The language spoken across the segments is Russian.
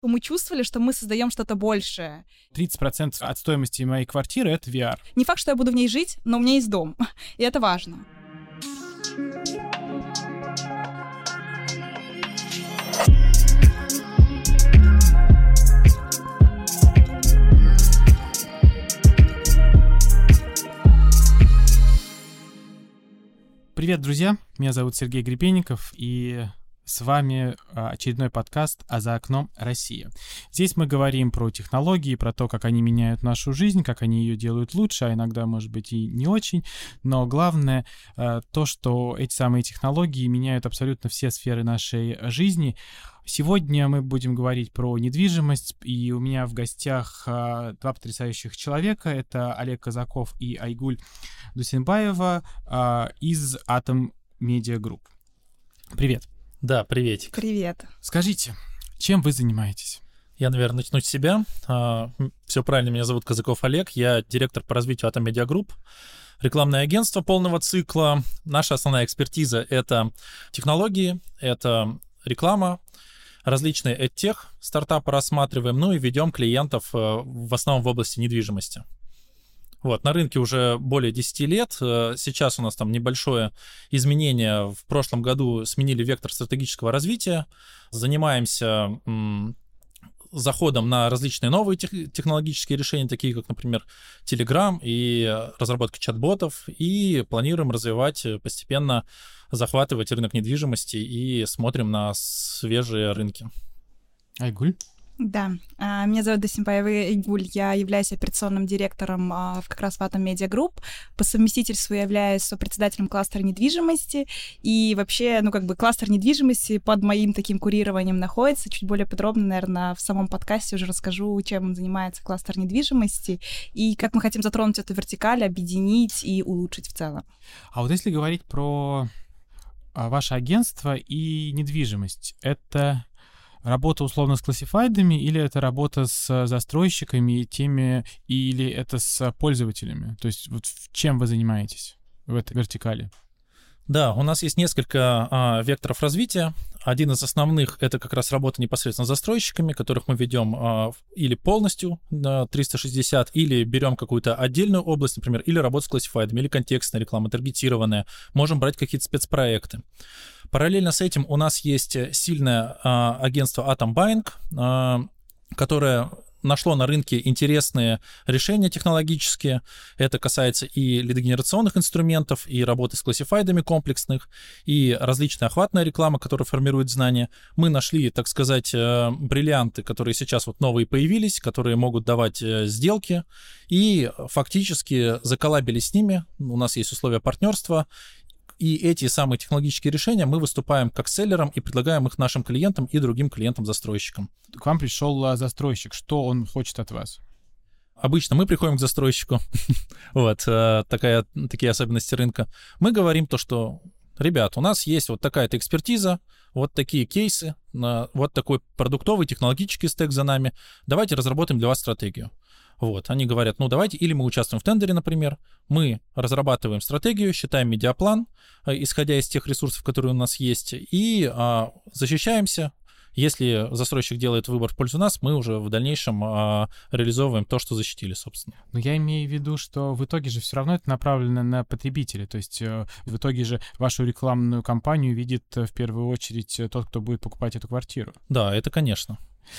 Мы чувствовали, что мы создаем что-то большее. 30% от стоимости моей квартиры — это VR. Не факт, что я буду в ней жить, но у меня есть дом, и это важно. Привет, друзья! Меня зовут Сергей Гребенников, и с вами очередной подкаст «А за окном Россия». Здесь мы говорим про технологии, про то, как они меняют нашу жизнь, как они ее делают лучше, а иногда, может быть, и не очень. Но главное то, что эти самые технологии меняют абсолютно все сферы нашей жизни. Сегодня мы будем говорить про недвижимость, и у меня в гостях два потрясающих человека. Это Олег Казаков и Айгуль Дусинбаева из Atom Media Group. Привет. Да, приветик. Привет. Скажите, чем вы занимаетесь? Я, наверное, начну с себя. Все правильно, меня зовут Казаков Олег, я директор по развитию Atom Media Group. Рекламное агентство полного цикла. Наша основная экспертиза — это технологии, это реклама, различные EdTech стартапы рассматриваем, ну и ведем клиентов в основном в области недвижимости. Вот, на рынке уже более 10 лет. Сейчас у нас там небольшое изменение. В прошлом году сменили вектор стратегического развития. Занимаемся заходом на различные новые технологические решения, такие как, например, Telegram и разработка чат-ботов. И планируем развивать постепенно, захватывать рынок недвижимости и смотрим на свежие рынки. Айгуль? Да, меня зовут Дусинбаева Айгуль, я являюсь операционным директором как раз в Atom Media Group, по совместительству я являюсь сопредседателем кластера недвижимости, и вообще, кластер недвижимости под моим таким курированием находится. Чуть более подробно, наверное, в самом подкасте уже расскажу, чем занимается кластер недвижимости, и как мы хотим затронуть эту вертикаль, объединить и улучшить в целом. А вот если говорить про ваше агентство и недвижимость, это работа условно с классифайдами, или это работа с застройщиками и теми, или это с пользователями? То есть вот чем вы занимаетесь в этой вертикали? Да, у нас есть несколько векторов развития. Один из основных — это как раз работа непосредственно с застройщиками, которых мы ведем или полностью на 360, или берем какую-то отдельную область, например, или работа с классифайдами, или контекстная реклама, таргетированная. Можем брать какие-то спецпроекты. Параллельно с этим у нас есть сильное агентство Atom Buying, которое нашло на рынке интересные решения технологические. Это касается и лидогенерационных инструментов, и работы с классифайдами комплексных, и различная охватная реклама, которая формирует знания. Мы нашли, так сказать, бриллианты, которые сейчас вот новые появились, которые могут давать сделки, и фактически заколлабились с ними. У нас есть условия партнерства, и эти самые технологические решения мы выступаем как селлером и предлагаем их нашим клиентам и другим клиентам-застройщикам. К вам пришел застройщик. Что он хочет от вас? Обычно мы приходим к застройщику. Вот, такие особенности рынка. Мы говорим то, что, ребят, у нас есть вот такая-то экспертиза, вот такие кейсы, вот такой продуктовый технологический стек за нами. Давайте разработаем для вас стратегию. Вот, они говорят, давайте, или мы участвуем в тендере, например, мы разрабатываем стратегию, считаем медиаплан, исходя из тех ресурсов, которые у нас есть, и защищаемся. Если застройщик делает выбор в пользу нас, мы уже в дальнейшем реализовываем то, что защитили, собственно. Но я имею в виду, что в итоге же все равно это направлено на потребителя. То есть в итоге же вашу рекламную кампанию видит в первую очередь тот, кто будет покупать эту квартиру. Да, это конечно.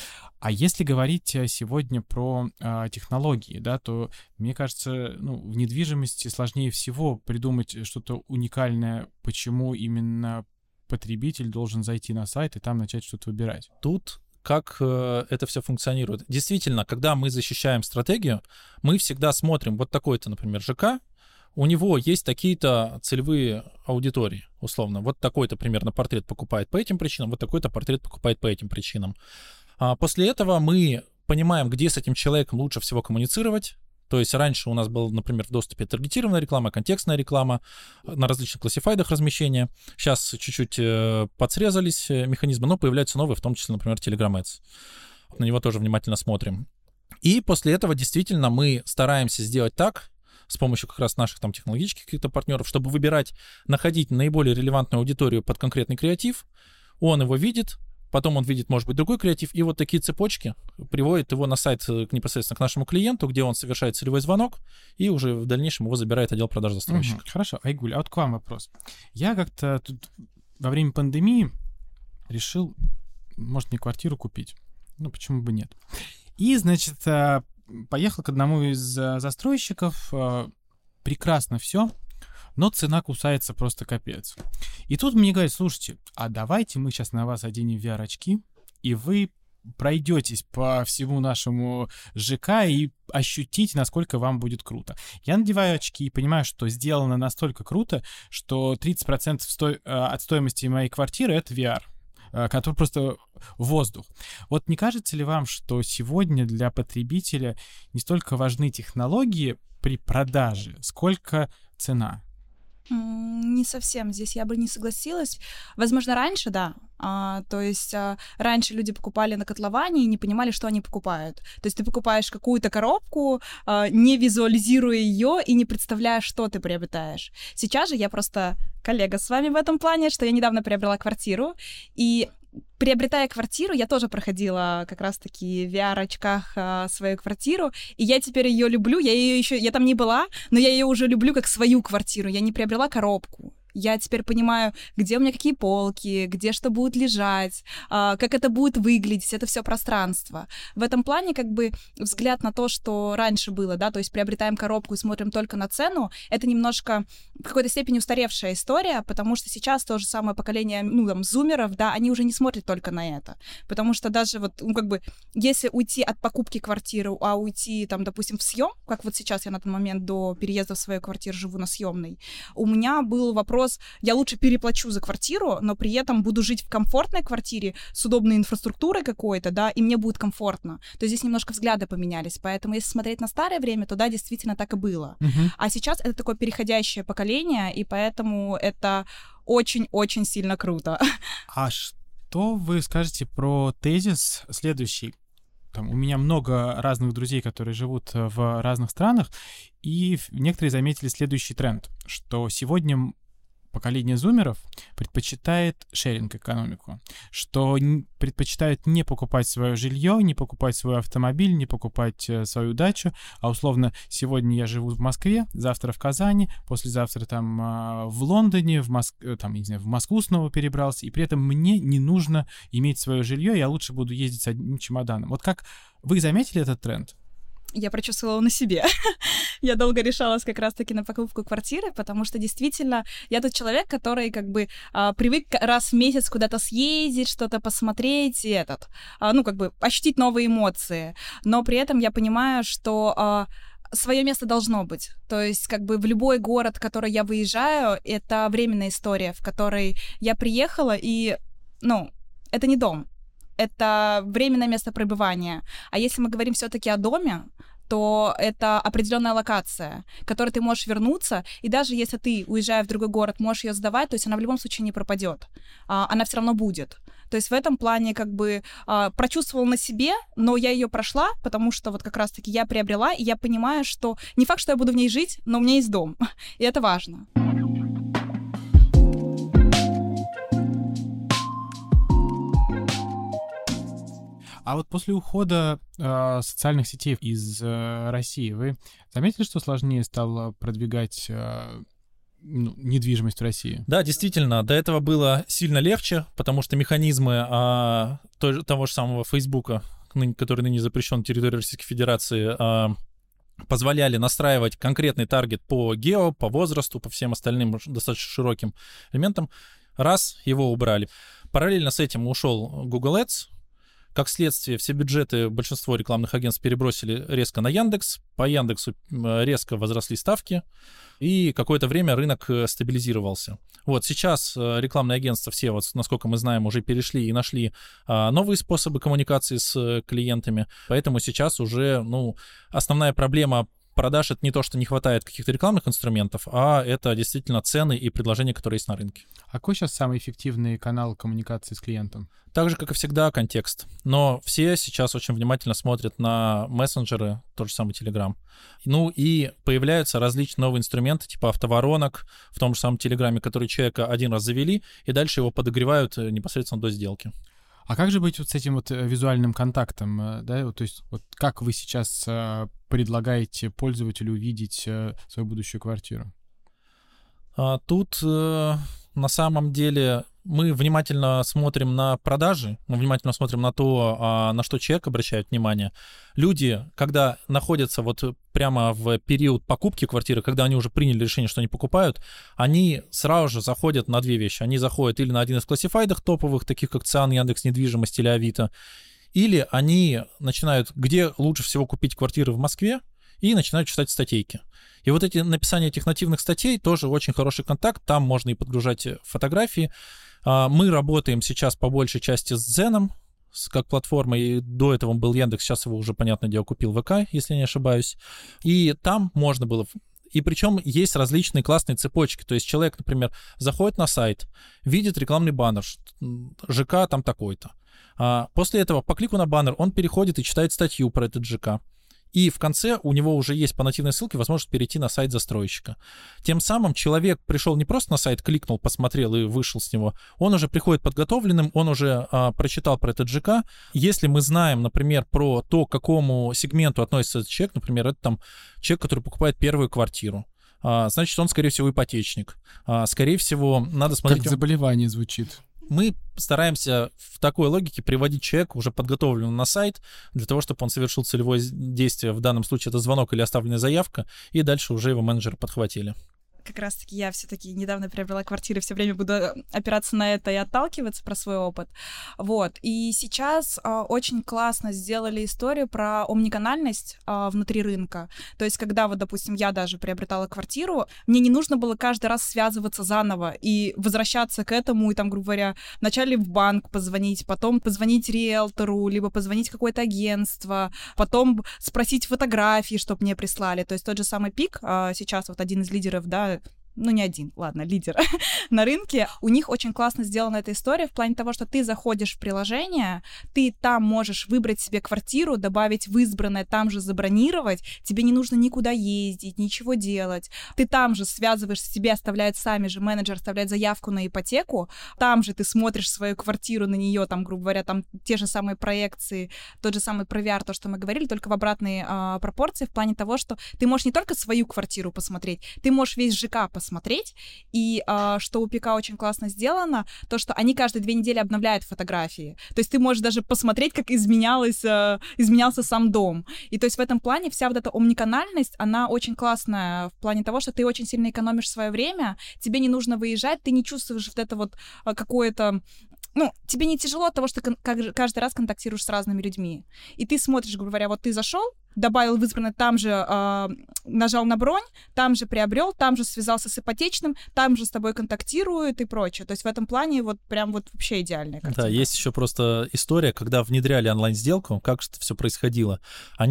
А если говорить сегодня про технологии, да, то, мне кажется, в недвижимости сложнее всего придумать что-то уникальное, почему именно потребитель должен зайти на сайт и там начать что-то выбирать. Тут как это все функционирует. Действительно, когда мы защищаем стратегию, мы всегда смотрим вот такой-то, например, ЖК, у него есть такие-то целевые аудитории, условно. Вот такой-то примерно портрет покупает по этим причинам, вот такой-то портрет покупает по этим причинам. После этого мы понимаем, где с этим человеком лучше всего коммуницировать. То есть раньше у нас была, например, в доступе таргетированная реклама, контекстная реклама, на различных классифайдах размещения. Сейчас чуть-чуть подсрезались механизмы, но появляются новые, в том числе, например, Telegram Ads. На него тоже внимательно смотрим. И после этого действительно мы стараемся сделать так, с помощью как раз наших там технологических каких-то партнеров, чтобы выбирать, находить наиболее релевантную аудиторию под конкретный креатив. Он его видит, потом он видит, может быть, другой креатив, и вот такие цепочки приводят его на сайт непосредственно к нашему клиенту, где он совершает целевой звонок, и уже в дальнейшем его забирает отдел продаж застройщика. Хорошо, Айгуль, а вот к вам вопрос. Я как-то тут во время пандемии решил, может, мне квартиру купить. Ну, почему бы нет? И, значит, поехал к одному из застройщиков. Прекрасно все, но цена кусается просто капец. И тут мне говорят: слушайте, а давайте мы сейчас на вас оденем VR-очки, и вы пройдетесь по всему нашему ЖК и ощутите, насколько вам будет круто. Я надеваю очки и понимаю, что сделано настолько круто, что 30% от стоимости моей квартиры — это VR, который просто воздух. Вот не кажется ли вам, что сегодня для потребителя не столько важны технологии при продаже, сколько цена? Не совсем. Здесь я бы не согласилась. Возможно, раньше, да. То есть раньше люди покупали на котловане и не понимали, что они покупают. То есть ты покупаешь какую-то коробку, не визуализируя ее и не представляя, что ты приобретаешь. Сейчас же я просто коллега с вами в этом плане, что я недавно приобрела квартиру, и приобретая квартиру, я тоже проходила как раз-таки в VR-очках свою квартиру, и я теперь ее люблю. Я там не была, но я ее уже люблю как свою квартиру. Я не приобрела коробку. Я теперь понимаю, где у меня какие полки, где что будет лежать, как это будет выглядеть, это все пространство. В этом плане как бы взгляд на то, что раньше было, да, то есть приобретаем коробку и смотрим только на цену, это немножко в какой-то степени устаревшая история, потому что сейчас то же самое поколение, зумеров, да, они уже не смотрят только на это, потому что даже вот, если уйти от покупки квартиры, а уйти, там, допустим, в съем, как вот сейчас я на тот момент до переезда в свою квартиру живу на съемной, у меня был вопрос: я лучше переплачу за квартиру, но при этом буду жить в комфортной квартире с удобной инфраструктурой какой-то, да, и мне будет комфортно. То есть здесь немножко взгляды поменялись. Поэтому если смотреть на старое время, то да, действительно так и было. А сейчас это такое переходящее поколение, и поэтому это очень-очень сильно круто. А что вы скажете про тезис следующий? У меня много разных друзей, которые живут в разных странах, и некоторые заметили следующий тренд, что сегодня поколение зумеров предпочитает шеринг-экономику, что предпочитают не покупать свое жилье, не покупать свой автомобиль, не покупать свою дачу, а условно сегодня я живу в Москве, завтра в Казани, послезавтра там в Лондоне, в Москву снова перебрался, и при этом мне не нужно иметь свое жилье, я лучше буду ездить с одним чемоданом. Вот как вы заметили этот тренд? Я прочувствовала на себе. Я долго решалась как раз-таки на покупку квартиры, потому что действительно я тот человек, который привык раз в месяц куда-то съездить, что-то посмотреть и ощутить новые эмоции. Но при этом я понимаю, что свое место должно быть. То есть в любой город, в который я выезжаю, это временная история, в которой я приехала, и, это не дом. Это временное место пребывания. А если мы говорим все-таки о доме, то это определенная локация, к которой ты можешь вернуться, и даже если ты, уезжая в другой город, можешь ее сдавать, то есть она в любом случае не пропадет, она все равно будет. То есть в этом плане прочувствовала на себе, но я ее прошла, потому что вот как раз-таки я приобрела, и я понимаю, что не факт, что я буду в ней жить, но у меня есть дом, и это важно. А вот после ухода социальных сетей из России вы заметили, что сложнее стало продвигать недвижимость в России? Да, действительно, до этого было сильно легче, потому что механизмы того же самого Фейсбука, который ныне запрещен на территории Российской Федерации, позволяли настраивать конкретный таргет по гео, по возрасту, по всем остальным достаточно широким элементам. Раз, его убрали. Параллельно с этим ушел Google Ads. Как следствие, все бюджеты, большинство рекламных агентств перебросили резко на Яндекс. По Яндексу резко возросли ставки, и какое-то время рынок стабилизировался. Вот сейчас рекламные агентства все, насколько мы знаем, уже перешли и нашли новые способы коммуникации с клиентами. Поэтому сейчас уже, основная проблема продаж — это не то, что не хватает каких-то рекламных инструментов, а это действительно цены и предложения, которые есть на рынке. А какой сейчас самый эффективный канал коммуникации с клиентом? Так же, как и всегда, контекст. Но все сейчас очень внимательно смотрят на мессенджеры, тот же самый Telegram. И появляются различные новые инструменты, типа автоворонок в том же самом Телеграме, которые человека один раз завели, и дальше его подогревают непосредственно до сделки. А как же быть вот с этим вот визуальным контактом, да, вот, то есть вот как вы сейчас предлагаете пользователю увидеть свою будущую квартиру? Тут на самом деле мы внимательно смотрим на продажи, мы внимательно смотрим на то, на что человек обращает внимание. Люди, когда находятся вот прямо в период покупки квартиры, когда они уже приняли решение, что они покупают, они сразу же заходят на две вещи. Они заходят или на один из классифайдов топовых, таких как Циан, Яндекс Недвижимость или Авито, или они начинают, где лучше всего купить квартиры в Москве, и начинают читать статейки. И вот эти написания этих нативных статей тоже очень хороший контакт, там можно и подгружать фотографии. Мы работаем сейчас по большей части с Дзеном, как платформой, и до этого был Яндекс, сейчас его уже, понятное дело, купил ВК, если не ошибаюсь. И там можно было... И причем есть различные классные цепочки. То есть человек, например, заходит на сайт, видит рекламный баннер, ЖК там такой-то. После этого по клику на баннер он переходит и читает статью про этот ЖК. И в конце у него уже есть по нативной ссылке возможность перейти на сайт застройщика. Тем самым человек пришел не просто на сайт, кликнул, посмотрел и вышел с него, он уже приходит подготовленным, он уже прочитал про этот ЖК. Если мы знаем, например, про то, к какому сегменту относится этот человек, например, это там человек, который покупает первую квартиру, значит, он, скорее всего, ипотечник. Скорее всего, надо смотреть... Как заболевание звучит. Мы стараемся в такой логике приводить человека, уже подготовленного на сайт, для того, чтобы он совершил целевое действие. В данном случае это звонок или оставленная заявка, и дальше уже его менеджеры подхватили. Как раз-таки я все-таки недавно приобрела квартиру, все время буду опираться на это и отталкиваться про свой опыт. Вот. И сейчас очень классно сделали историю про омниканальность внутри рынка. То есть, когда вот, допустим, я даже приобретала квартиру, мне не нужно было каждый раз связываться заново и возвращаться к этому, и там, грубо говоря, вначале в банк позвонить, потом позвонить риэлтору, либо позвонить в какое-то агентство, потом спросить фотографии, чтобы мне прислали. То есть тот же самый Пик, сейчас вот один из лидеров, да, ну не один, ладно, лидер на рынке, у них очень классно сделана эта история в плане того, что ты заходишь в приложение, ты там можешь выбрать себе квартиру, добавить в избранное, там же забронировать, тебе не нужно никуда ездить, ничего делать, ты там же связываешь с себе, оставляет сами же менеджер, оставляет заявку на ипотеку, там же ты смотришь свою квартиру на нее, там, грубо говоря, там те же самые проекции, тот же самый ProVR, то, что мы говорили, только в обратные пропорции, в плане того, что ты можешь не только свою квартиру посмотреть, ты можешь весь ЖК посмотреть, и что у Пика очень классно сделано, то, что они каждые 2 недели обновляют фотографии. То есть ты можешь даже посмотреть, как изменялся сам дом. И то есть в этом плане вся вот эта омниканальность, она очень классная в плане того, что ты очень сильно экономишь свое время, тебе не нужно выезжать, ты не чувствуешь вот это вот какое-то... Ну, тебе не тяжело от того, что ты каждый раз контактируешь с разными людьми. И ты смотришь, грубо говоря, вот ты зашел, добавил в избранное, там же нажал на бронь, там же приобрел, там же связался с ипотечным, там же с тобой контактируют и прочее. То есть в этом плане вот прям вот вообще идеальная картинка. Да, есть еще просто история, когда внедряли онлайн-сделку, как это все происходило. У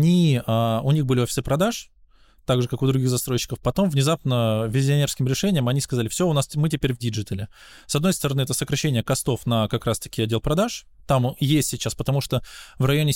них были офисы продаж, так же, как у других застройщиков. Потом внезапно визионерским решением они сказали, все, мы теперь в диджитале. С одной стороны, это сокращение костов на как раз-таки отдел продаж. Там есть сейчас, потому что в районе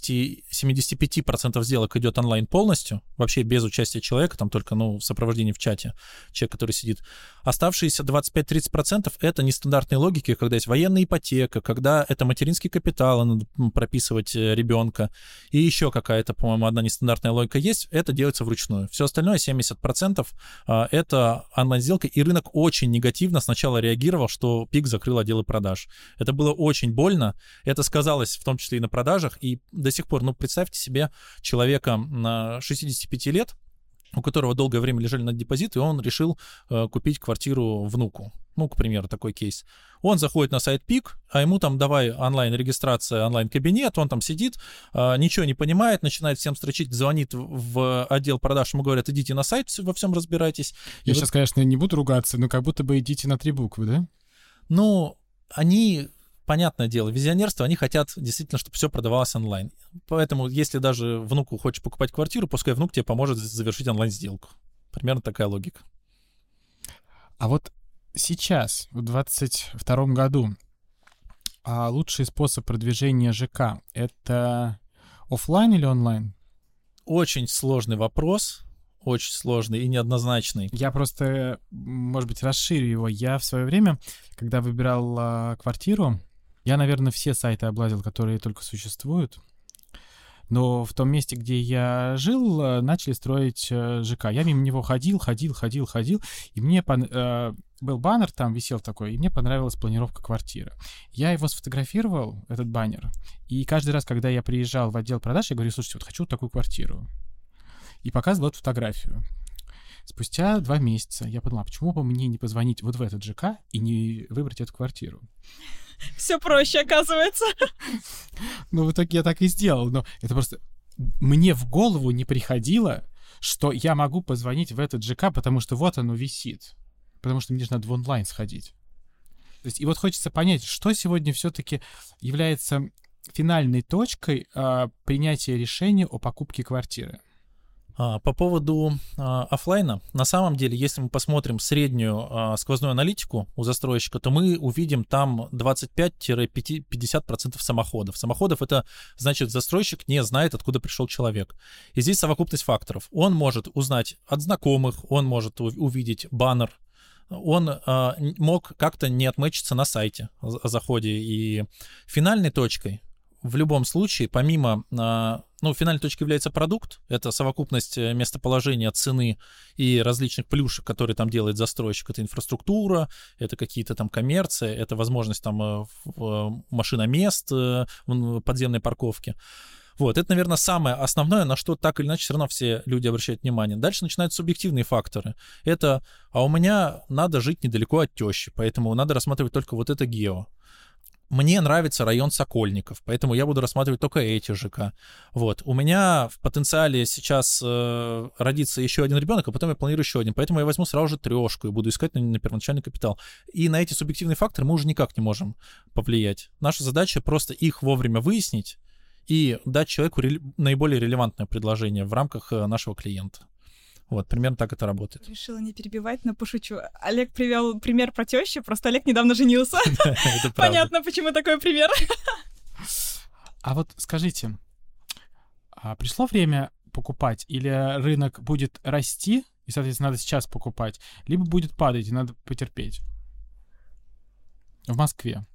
70-75% сделок идет онлайн полностью, вообще без участия человека, там только, в сопровождении в чате, человек, который сидит. Оставшиеся 25-30% это нестандартные логики, когда есть военная ипотека, когда это материнский капитал, надо прописывать ребенка, и еще какая-то, по-моему, одна нестандартная логика есть, это делается вручную. Все остальное, 70%, это онлайн-сделка, и рынок очень негативно сначала реагировал, что Пик закрыл отделы продаж. Это было очень больно, это сказалось в том числе и на продажах, и до сих пор, представьте себе человека на 65 лет, у которого долгое время лежали на депозит, и он решил купить квартиру внуку. К примеру, такой кейс. Он заходит на сайт Пик, а ему там давай онлайн-регистрация, онлайн-кабинет, он там сидит, ничего не понимает, начинает всем строчить, звонит в отдел продаж, ему говорят, идите на сайт, во всем разбирайтесь. Я сейчас, конечно, не буду ругаться, но как будто бы идите на 3 буквы, да? Они... Понятное дело, визионерство, они хотят действительно, чтобы все продавалось онлайн. Поэтому, если даже внуку хочешь покупать квартиру, пускай внук тебе поможет завершить онлайн-сделку. Примерно такая логика. А вот сейчас, в 2022 году, лучший способ продвижения ЖК — это офлайн или онлайн? Очень сложный вопрос. Очень сложный и неоднозначный. Я просто, может быть, расширю его. Я в свое время, когда выбирал квартиру, Я, наверное, все сайты облазил, которые только существуют. Но в том месте, где я жил, начали строить ЖК. Я мимо него ходил, и мне был баннер, там висел такой, и мне понравилась планировка квартиры. Я его сфотографировал, этот баннер, и каждый раз, когда я приезжал в отдел продаж, я говорю: слушайте, вот хочу такую квартиру. И показывал эту фотографию. Спустя 2 месяца я подумал, почему бы мне не позвонить вот в этот ЖК и не выбрать эту квартиру? Все проще, оказывается. Ну, в итоге я так и сделал. Но это просто... Мне в голову не приходило, что я могу позвонить в этот ЖК, потому что вот оно висит. Потому что мне же надо в онлайн сходить. То есть, и вот хочется понять, что сегодня все-таки является финальной точкой принятия решения о покупке квартиры. По поводу офлайна, на самом деле, если мы посмотрим среднюю сквозную аналитику у застройщика, то мы увидим там 25-50% самоходов. Самоходов — это значит, застройщик не знает, откуда пришел человек. И здесь совокупность факторов. Он может узнать от знакомых, он может увидеть баннер, он мог как-то не отмечиться на сайте о заходе. И финальной точкой в любом случае, помимо... финальной точкой является продукт. Это совокупность местоположения, цены и различных плюшек, которые там делает застройщик. Это инфраструктура, это какие-то там коммерции, это возможность там машиномест, подземной парковки. Вот, это, наверное, самое основное, на что так или иначе все равно все люди обращают внимание. Дальше начинаются субъективные факторы. Это, у меня надо жить недалеко от тещи, поэтому надо рассматривать только вот это гео. Мне нравится район Сокольников, поэтому я буду рассматривать только эти ЖК. Вот. У меня в потенциале сейчас родится еще один ребенок, а потом я планирую еще один. Поэтому я возьму сразу же 3 и буду искать на первоначальный капитал. И на эти субъективные факторы мы уже никак не можем повлиять. Наша задача просто их вовремя выяснить и дать человеку наиболее релевантное предложение в рамках нашего клиента. Вот, примерно так это работает. Решила не перебивать, но пошучу. Олег привел пример про тещу, просто Олег недавно женился. Понятно, почему такой пример. А вот скажите, пришло время покупать, или рынок будет расти, и, соответственно, надо сейчас покупать, либо будет падать, и надо потерпеть? В Москве.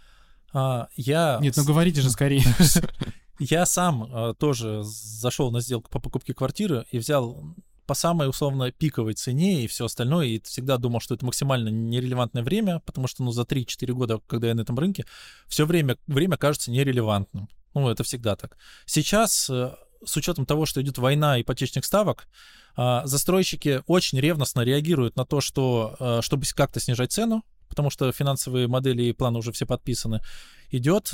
Нет, говорите же скорее. Я сам тоже зашел на сделку по покупке квартиры и взял по самой, условно, пиковой цене и все остальное, и всегда думал, что это максимально нерелевантное время, потому что, за 3-4 года, когда я на этом рынке, все время кажется нерелевантным. Это всегда так. Сейчас, с учетом того, что идет война ипотечных ставок, застройщики очень ревностно реагируют на то, что, чтобы как-то снижать цену, потому что финансовые модели и планы уже все подписаны, идут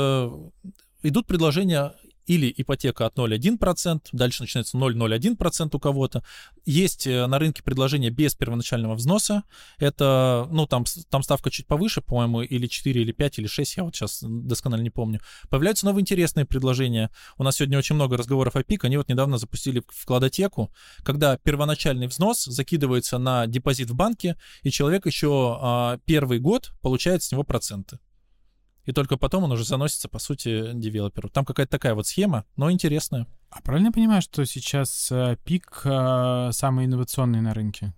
предложения или ипотека от 0,1%, дальше начинается 0,01% у кого-то. Есть на рынке предложения без первоначального взноса. Это, там ставка чуть повыше, по-моему, или 4, или 5, или 6, я вот сейчас досконально не помню. Появляются новые интересные предложения. У нас сегодня очень много разговоров о ПИК. Они вот недавно запустили вкладотеку, когда первоначальный взнос закидывается на депозит в банке, и человек еще первый год получает с него проценты. И только потом он уже заносится, по сути, девелоперу. Там какая-то такая вот схема, но интересная. А правильно я понимаю, что сейчас ПИК самый инновационный на рынке?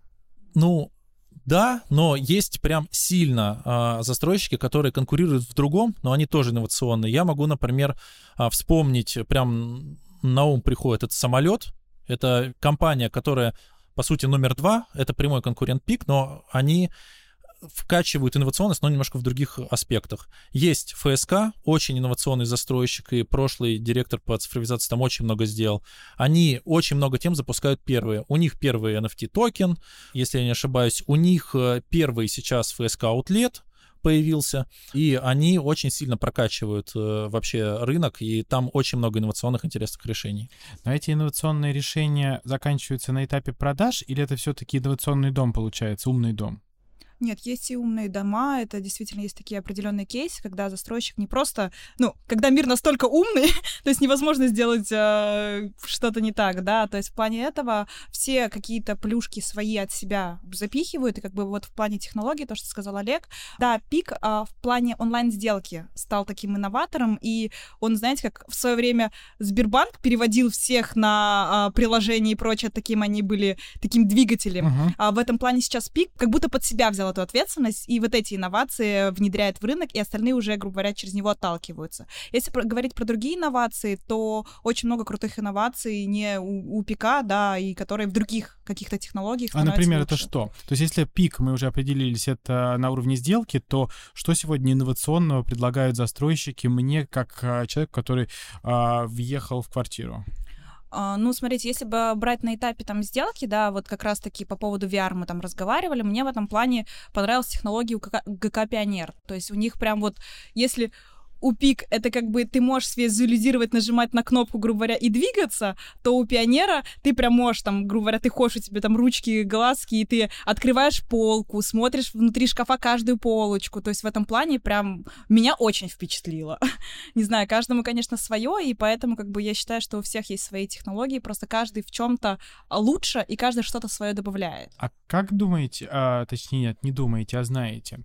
Да, но есть прям сильно застройщики, которые конкурируют в другом, но они тоже инновационные. Я могу, например, вспомнить, прям на ум приходит, это «Самолет». Это компания, которая, по сути, номер 2, это прямой конкурент ПИК, но они вкачивают инновационность, но немножко в других аспектах. Есть ФСК, очень инновационный застройщик, и прошлый директор по цифровизации там очень много сделал. Они очень много тем запускают первые. У них первый NFT-токен, если я не ошибаюсь. У них первый сейчас ФСК-аутлет появился, и они очень сильно прокачивают вообще рынок, и там очень много инновационных интересных решений. Но эти инновационные решения заканчиваются на этапе продаж, или это все-таки инновационный дом получается, умный дом? Нет, есть и умные дома, это действительно есть такие определенные кейсы, когда застройщик не просто, когда мир настолько умный, то есть невозможно сделать что-то не так, да, то есть в плане этого все какие-то плюшки свои от себя запихивают, и вот в плане технологий, то, что сказал Олег, да, ПИК в плане онлайн-сделки стал таким инноватором, и он, знаете, как в свое время Сбербанк переводил всех на приложения и прочее, они были таким двигателем, а в этом плане сейчас ПИК как будто под себя взял взял эту ответственность, и вот эти инновации внедряет в рынок, и остальные уже, грубо говоря, через него отталкиваются. Если говорить про другие инновации, то очень много крутых инноваций не у ПИКа, да, и которые в других каких-то технологиях становятся например, лучше. это что? То есть если ПИК, мы уже определились, это на уровне сделки, то что сегодня инновационного предлагают застройщики мне, как человек, который въехал в квартиру? Ну, смотрите, если бы брать на этапе там сделки, да, вот как раз-таки по поводу VR мы там разговаривали, мне в этом плане понравилась технология у ГК Пионер. То есть у них прям вот, если у ПИК это как бы ты можешь визуализировать, нажимать на кнопку, грубо говоря, и двигаться, то у Пионера ты прям можешь там, грубо говоря, ты ходишь, у тебя там ручки, глазки, и ты открываешь полку, смотришь внутри шкафа каждую полочку. То есть в этом плане прям меня очень впечатлило. Не знаю, каждому, конечно, свое, и поэтому как бы я считаю, что у всех есть свои технологии, просто каждый в чем-то лучше, и каждый что-то свое добавляет. А как думаете, точнее, нет, не думаете, а знаете,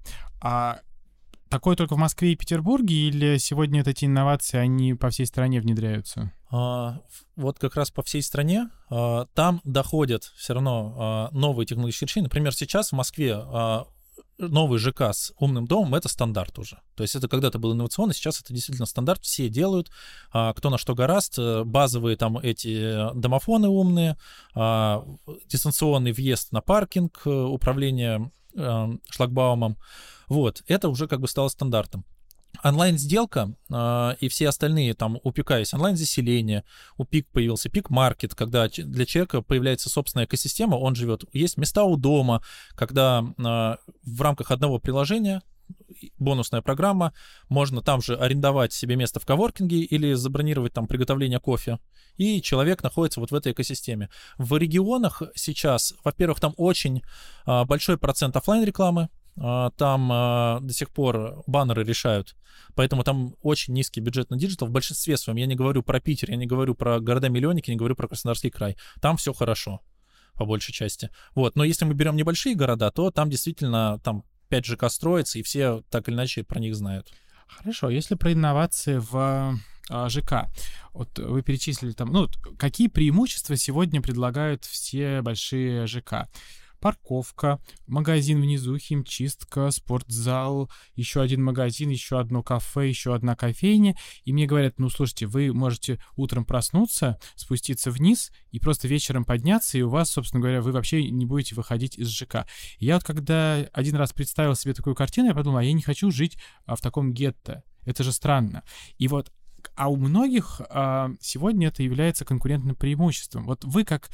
такое только в Москве и Петербурге, или сегодня эти инновации, они по всей стране внедряются? Вот как раз по всей стране там доходят все равно новые технологические решения. Например, сейчас в Москве новый ЖК с умным домом — это стандарт уже. То есть это когда-то было инновационно, сейчас это действительно стандарт, все делают, кто на что горазд, базовые там эти домофоны умные, дистанционный въезд на паркинг, управление шлагбаумом. Вот, это уже как бы стало стандартом. Онлайн-сделка и все остальные, там у ПИКа есть онлайн-заселение, у ПИК появился ПИК-маркет, когда для человека появляется собственная экосистема, он живет. Есть места у дома, когда в рамках одного приложения, бонусная программа, можно там же арендовать себе место в коворкинге или забронировать там приготовление кофе, и человек находится вот в этой экосистеме. В регионах сейчас, во-первых, там очень большой процент офлайн-рекламы, там до сих пор баннеры решают, поэтому там очень низкий бюджет на диджитал в большинстве своем. Я не говорю про Питер, я не говорю про города-миллионники, не говорю про Краснодарский край. Там все хорошо, по большей части. Вот. Но если мы берем небольшие города, то там действительно там 5 ЖК строится, и все так или иначе про них знают. Хорошо, если про инновации в ЖК, вот вы перечислили там, какие преимущества сегодня предлагают все большие ЖК? Парковка, магазин внизу, химчистка, спортзал, еще один магазин, еще одно кафе, еще одна кофейня. И мне говорят, слушайте, вы можете утром проснуться, спуститься вниз и просто вечером подняться, и у вас, собственно говоря, вы вообще не будете выходить из ЖК. И я вот когда один раз представил себе такую картину, я подумал, я не хочу жить в таком гетто. Это же странно. И вот а у многих сегодня это является конкурентным преимуществом. Вот вы как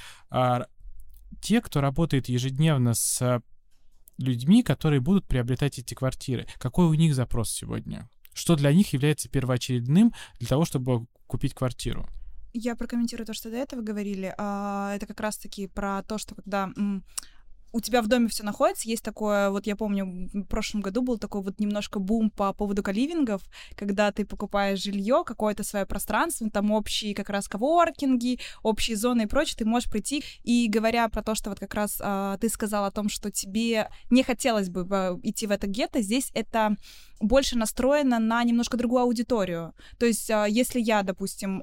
те, кто работает ежедневно с людьми, которые будут приобретать эти квартиры, какой у них запрос сегодня? Что для них является первоочередным для того, чтобы купить квартиру? Я прокомментирую то, что до этого говорили. Это как раз-таки про то, что когда у тебя в доме все находится, есть такое, вот я помню, в прошлом году был такой вот немножко бум по поводу коливингов, когда ты покупаешь жилье, какое-то свое пространство, там общие как раз коворкинги, общие зоны и прочее, ты можешь прийти, и говоря про то, что вот как раз ты сказал о том, что тебе не хотелось бы идти в это гетто, здесь это больше настроено на немножко другую аудиторию. То есть если я, допустим,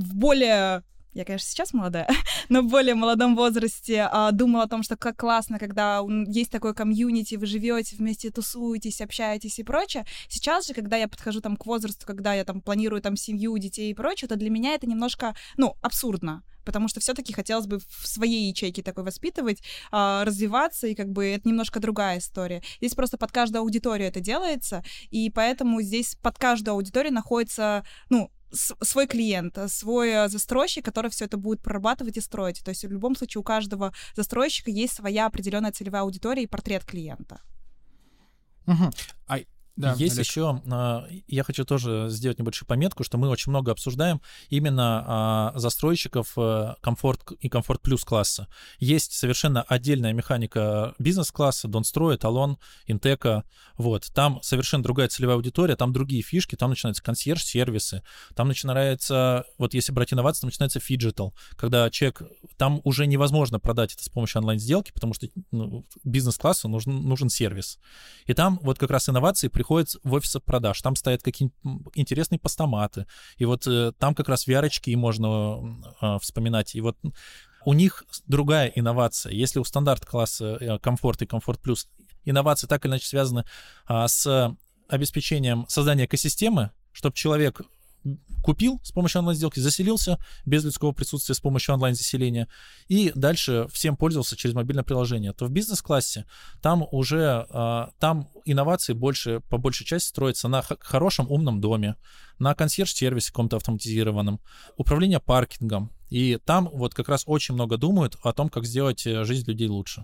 я, конечно, сейчас молодая, но в более молодом возрасте думала о том, что как классно, когда есть такое комьюнити, вы живете вместе, тусуетесь, общаетесь и прочее. Сейчас же, когда я подхожу там к возрасту, когда я там планирую там семью, детей и прочее, то для меня это немножко, абсурдно. Потому что все-таки хотелось бы в своей ячейке такой воспитывать, развиваться, и как бы это немножко другая история. Здесь просто под каждую аудиторию это делается, и поэтому здесь под каждую аудиторию находится, свой клиент, свой застройщик, который все это будет прорабатывать и строить. То есть в любом случае у каждого застройщика есть своя определенная целевая аудитория и портрет клиента. Угу. Да, есть Олег. еще, я хочу тоже сделать небольшую пометку, что мы очень много обсуждаем именно застройщиков комфорт и комфорт плюс класса. Есть совершенно отдельная механика бизнес-класса, Донстрой, Эталон, Интека. Вот. Там совершенно другая целевая аудитория, там другие фишки, там начинаются консьерж-сервисы, там начинается, вот если брать инновации, там начинается фиджитал, когда человек, там уже невозможно продать это с помощью онлайн-сделки, потому что бизнес-классу нужен сервис. И там вот как раз инновации приходят в офисы продаж, там стоят какие-нибудь интересные постаматы, и вот там как раз VR-очки можно вспоминать, и вот у них другая инновация. Если у стандарт-класса комфорт и комфорт плюс инновации так или иначе связаны с обеспечением создания экосистемы, чтобы человек купил с помощью онлайн-сделки, заселился без людского присутствия с помощью онлайн-заселения и дальше всем пользовался через мобильное приложение, то в бизнес-классе там инновации по большей части строятся на хорошем умном доме, на консьерж-сервисе каком-то автоматизированном, управление паркингом. И там вот как раз очень много думают о том, как сделать жизнь людей лучше.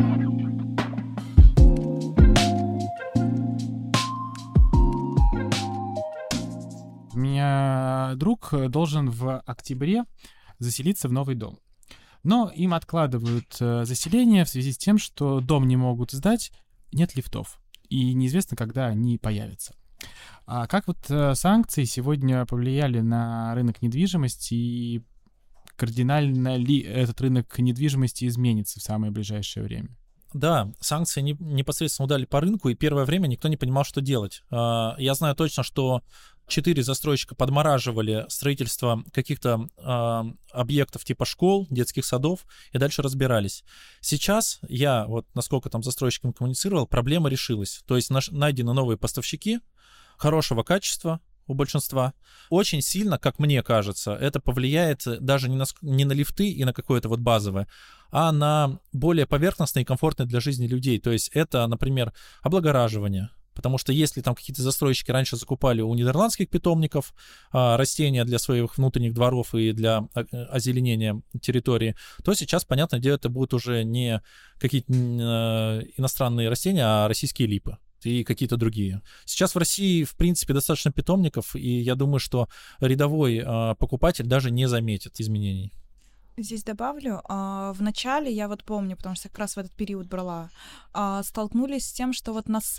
У меня друг должен в октябре заселиться в новый дом. Но им откладывают заселение в связи с тем, что дом не могут сдать, нет лифтов. И неизвестно, когда они появятся. А как вот санкции сегодня повлияли на рынок недвижимости и кардинально ли этот рынок недвижимости изменится в самое ближайшее время? Да, санкции непосредственно ударили по рынку, и первое время никто не понимал, что делать. Я знаю точно, что 4 застройщика подмораживали строительство каких-то объектов типа школ, детских садов, и дальше разбирались. Сейчас я, вот насколько там с застройщиками коммуницировал, проблема решилась. То есть найдены новые поставщики хорошего качества у большинства. Очень сильно, как мне кажется, это повлияет даже не на лифты и на какое-то вот базовое, а на более поверхностные и комфортные для жизни людей. То есть это, например, облагораживание. Потому что если там какие-то застройщики раньше закупали у нидерландских питомников растения для своих внутренних дворов и для озеленения территории, то сейчас, понятное дело, это будут уже не какие-то иностранные растения, а российские липы и какие-то другие. Сейчас в России, в принципе, достаточно питомников, и я думаю, что рядовой покупатель даже не заметит изменений. Здесь добавлю, в начале, я вот помню, потому что как раз в этот период брала, столкнулись с тем, что вот нас...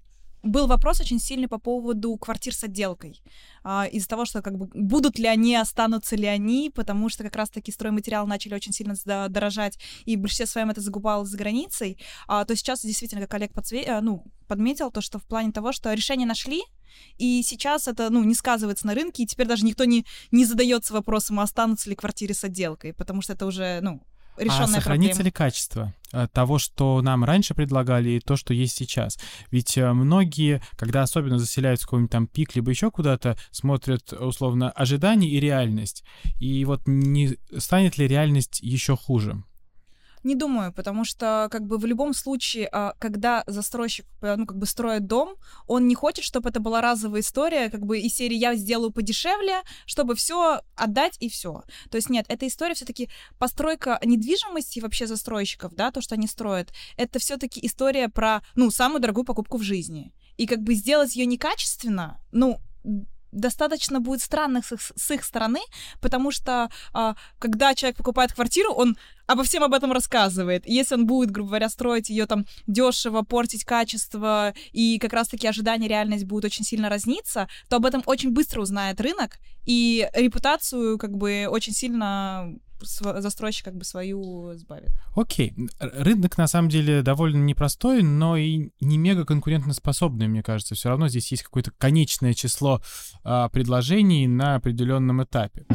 Был вопрос очень сильный по поводу квартир с отделкой. Из-за того, что как бы будут ли они, останутся ли они, потому что как раз-таки стройматериалы начали очень сильно дорожать, и в большинстве своем это закупалось за границей. То сейчас действительно, как Олег подметил, то, что в плане того, что решение нашли, и сейчас это, не сказывается на рынке, и теперь даже никто не задается вопросом, останутся ли квартиры с отделкой, потому что это уже, решенная проблема. А сохранится ли качество того, что нам раньше предлагали, и то, что есть сейчас? Ведь многие, когда особенно заселяются в какой-нибудь там пик, либо еще куда-то, смотрят, условно, ожидание и реальность. И вот не станет ли реальность еще хуже? Не думаю, потому что как бы в любом случае, когда застройщик строит дом, он не хочет, чтобы это была разовая история, как бы из серии «я сделаю подешевле», чтобы все отдать и все. То есть нет, эта история все-таки постройка недвижимости вообще застройщиков, да, то, что они строят, это все-таки история про, самую дорогую покупку в жизни. И как бы сделать ее некачественно, достаточно будет странно с их стороны, потому что когда человек покупает квартиру, он обо всем об этом рассказывает. И если он будет, грубо говоря, строить ее там дешево, портить качество, и как раз-таки ожидания и реальность будут очень сильно разниться, то об этом очень быстро узнает рынок, и репутацию как бы очень сильно застройщик как бы свою сбавит. Окей. Рынок, на самом деле, довольно непростой, но и не мега конкурентоспособный, мне кажется. Все равно здесь есть какое-то конечное число предложений на определенном этапе.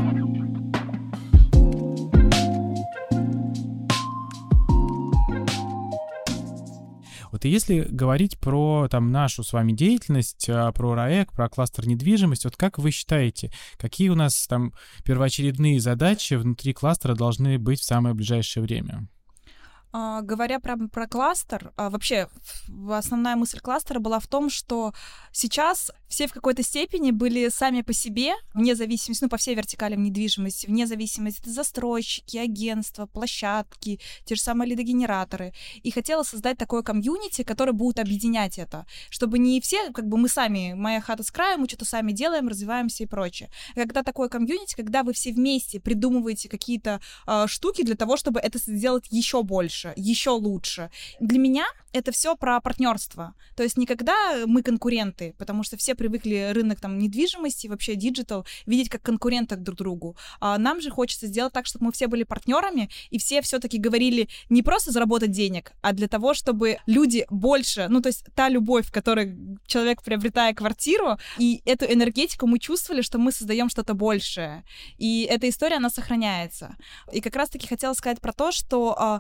Вот и если говорить про нашу с вами деятельность, про РАЭК, про кластер недвижимость, вот как вы считаете, какие у нас там первоочередные задачи внутри кластера должны быть в самое ближайшее время? Говоря про кластер, вообще основная мысль кластера была в том, что сейчас все в какой-то степени были сами по себе, вне зависимости, по всей вертикали недвижимости, вне зависимости от застройщики, агентства, площадки, те же самые лидогенераторы. И хотела создать такое комьюнити, которое будет объединять это, чтобы не все, как бы мы сами, моя хата с краю, мы что-то сами делаем, развиваемся и прочее. Когда такое комьюнити, когда вы все вместе придумываете какие-то штуки для того, чтобы это сделать еще больше, еще лучше. Для меня это все про партнерство. То есть никогда мы конкуренты, потому что все привыкли рынок недвижимости, вообще диджитал, видеть как конкурентов друг другу. А нам же хочется сделать так, чтобы мы все были партнерами, и все все-таки говорили не просто заработать денег, а для того, чтобы люди больше, то есть та любовь, которую человек, приобретая квартиру, и эту энергетику мы чувствовали, что мы создаем что-то большее. И эта история, она сохраняется. И как раз-таки хотела сказать про то, что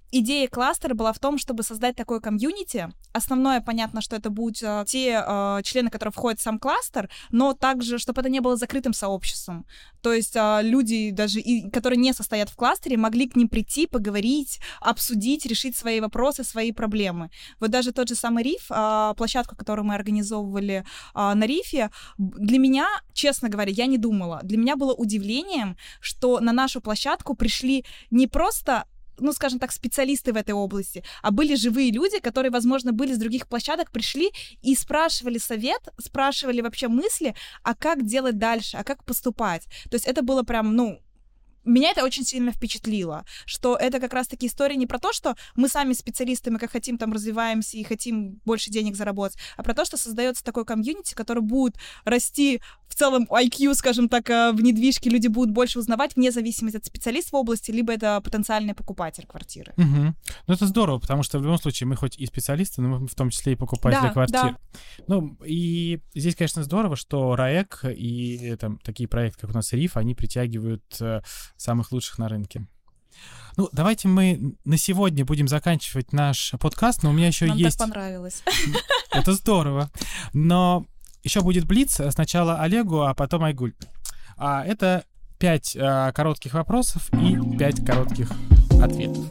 идея кластера была в том, чтобы создать такое комьюнити. Основное, понятно, что это будут те члены, которые входят в сам кластер, но также, чтобы это не было закрытым сообществом. То есть люди, даже которые не состоят в кластере, могли к ним прийти, поговорить, обсудить, решить свои вопросы, свои проблемы. Вот даже тот же самый Риф, площадку, которую мы организовывали на Рифе, для меня, честно говоря, я не думала. Для меня было удивлением, что на нашу площадку пришли не просто, ну, скажем так, специалисты в этой области, а были живые люди, которые, возможно, были с других площадок, пришли и спрашивали совет, спрашивали вообще мысли, а как делать дальше, а как поступать. То есть это было прям, меня это очень сильно впечатлило, что это как раз-таки история не про то, что мы сами специалисты, мы как хотим там развиваемся и хотим больше денег заработать, а про то, что создается такой комьюнити, который будет расти в целом IQ, скажем так, в недвижке, люди будут больше узнавать вне зависимости от специалиста в области, либо это потенциальный покупатель квартиры. Угу. Ну, это здорово, потому что в любом случае мы хоть и специалисты, но мы в том числе и покупатели квартир. Да. Ну, и здесь, конечно, здорово, что РАЭК и там такие проекты, как у нас Риф, они притягивают самых лучших на рынке. Ну, давайте мы на сегодня будем заканчивать наш подкаст, но у меня еще есть... Нам так понравилось. Это здорово. Но еще будет блиц. Сначала Олегу, а потом Айгуль. Это 5 коротких вопросов и 5 коротких ответов.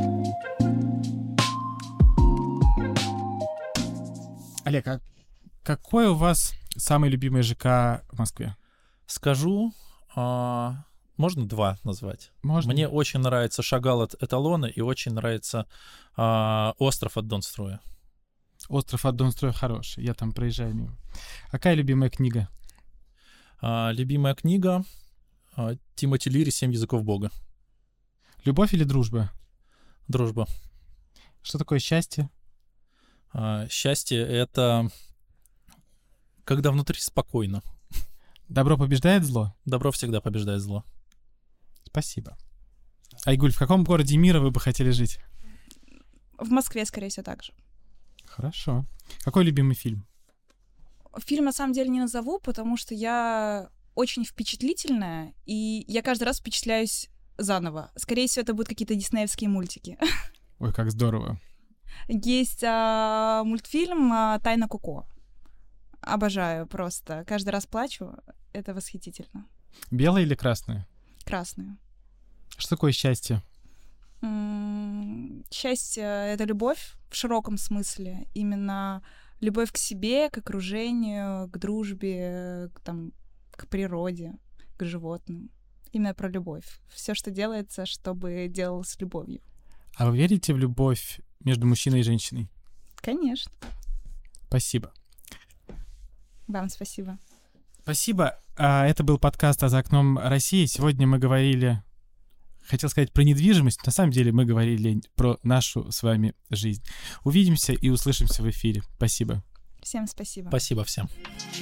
Олег, а какой у вас самый любимый ЖК в Москве? Скажу... Можно 2 назвать? Можно. Мне очень нравится Шагал от Эталона и очень нравится Остров от Донстроя. Остров от Донстроя хороший, я там проезжаю мимо. Какая любимая книга? Любимая книга Тимоти Лири «7 языков Бога». Любовь или дружба? Дружба. Что такое счастье? Счастье — это когда внутри спокойно. Добро побеждает зло? Добро всегда побеждает зло. Спасибо. Айгуль, в каком городе мира вы бы хотели жить? В Москве, скорее всего, так же. Хорошо. Какой любимый фильм? Фильм, на самом деле, не назову, потому что я очень впечатлительная, и я каждый раз впечатляюсь заново. Скорее всего, это будут какие-то диснеевские мультики. Ой, как здорово. Есть мультфильм «Тайна Коко». Обожаю просто. Каждый раз плачу. Это восхитительно. Белое или красное? Красное. Что такое счастье? Счастье — это любовь в широком смысле. Именно любовь к себе, к окружению, к дружбе, к природе, к животным. Именно про любовь. Все, что делается, чтобы делалось с любовью. А вы верите в любовь между мужчиной и женщиной? Конечно. Спасибо. Вам спасибо. Спасибо. Это был подкаст «За окном России». Сегодня мы говорили, хотел сказать про недвижимость, на самом деле мы говорили про нашу с вами жизнь. Увидимся и услышимся в эфире. Спасибо. Всем спасибо. Спасибо всем.